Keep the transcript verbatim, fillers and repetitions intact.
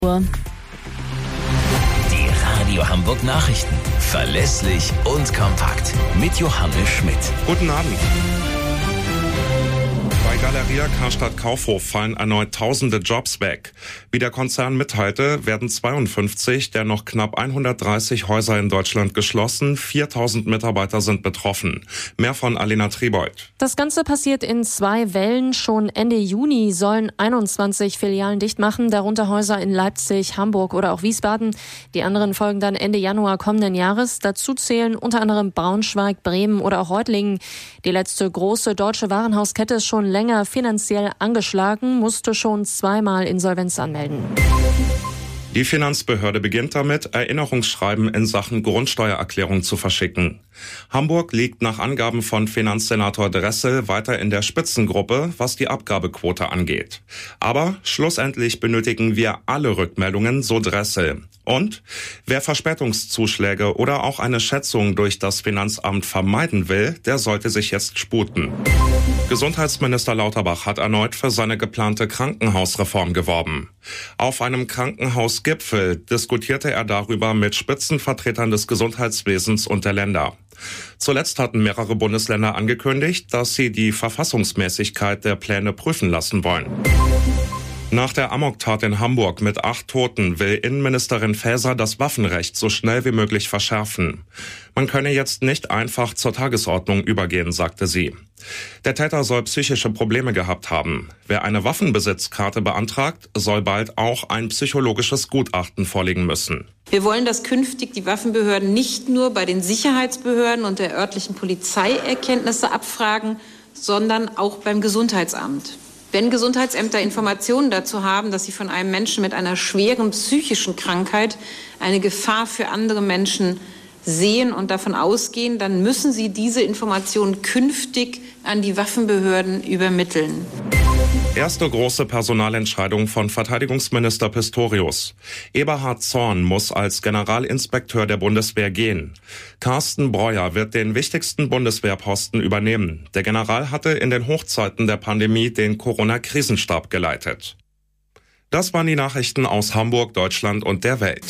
Uhr. Die Radio Hamburg Nachrichten. Verlässlich und kompakt. Mit Johannes Schmidt. Guten Abend. Bei Galeria Karstadt Kaufhof fallen erneut tausende Jobs weg. Wie der Konzern mitteilte, werden zweiundfünfzig der noch knapp hundertdreißig Häuser in Deutschland geschlossen. viertausend Mitarbeiter sind betroffen. Mehr von Alena Triebold. Das Ganze passiert in zwei Wellen. Schon Ende Juni sollen einundzwanzig Filialen dicht machen, darunter Häuser in Leipzig, Hamburg oder auch Wiesbaden. Die anderen folgen dann Ende Januar kommenden Jahres. Dazu zählen unter anderem Braunschweig, Bremen oder auch Reutlingen. Die letzte große deutsche Warenhauskette ist schon länger finanziell angeschlagen, musste schon zweimal Insolvenz anmelden. Die Finanzbehörde beginnt damit, Erinnerungsschreiben in Sachen Grundsteuererklärung zu verschicken. Hamburg liegt nach Angaben von Finanzsenator Dressel weiter in der Spitzengruppe, was die Abgabequote angeht. Aber schlussendlich benötigen wir alle Rückmeldungen, so Dressel. Und wer Verspätungszuschläge oder auch eine Schätzung durch das Finanzamt vermeiden will, der sollte sich jetzt sputen. Gesundheitsminister Lauterbach hat erneut für seine geplante Krankenhausreform geworben. Auf einem Krankenhausgipfel diskutierte er darüber mit Spitzenvertretern des Gesundheitswesens und der Länder. Zuletzt hatten mehrere Bundesländer angekündigt, dass sie die Verfassungsmäßigkeit der Pläne prüfen lassen wollen. Nach der Amoktat in Hamburg mit acht Toten will Innenministerin Faeser das Waffenrecht so schnell wie möglich verschärfen. Man könne jetzt nicht einfach zur Tagesordnung übergehen, sagte sie. Der Täter soll psychische Probleme gehabt haben. Wer eine Waffenbesitzkarte beantragt, soll bald auch ein psychologisches Gutachten vorlegen müssen. Wir wollen, dass künftig die Waffenbehörden nicht nur bei den Sicherheitsbehörden und der örtlichen Polizei Erkenntnisse abfragen, sondern auch beim Gesundheitsamt. Wenn Gesundheitsämter Informationen dazu haben, dass sie von einem Menschen mit einer schweren psychischen Krankheit eine Gefahr für andere Menschen sehen und davon ausgehen, dann müssen sie diese Informationen künftig an die Waffenbehörden übermitteln. Erste große Personalentscheidung von Verteidigungsminister Pistorius. Eberhard Zorn muss als Generalinspekteur der Bundeswehr gehen. Carsten Breuer wird den wichtigsten Bundeswehrposten übernehmen. Der General hatte in den Hochzeiten der Pandemie den Corona-Krisenstab geleitet. Das waren die Nachrichten aus Hamburg, Deutschland und der Welt.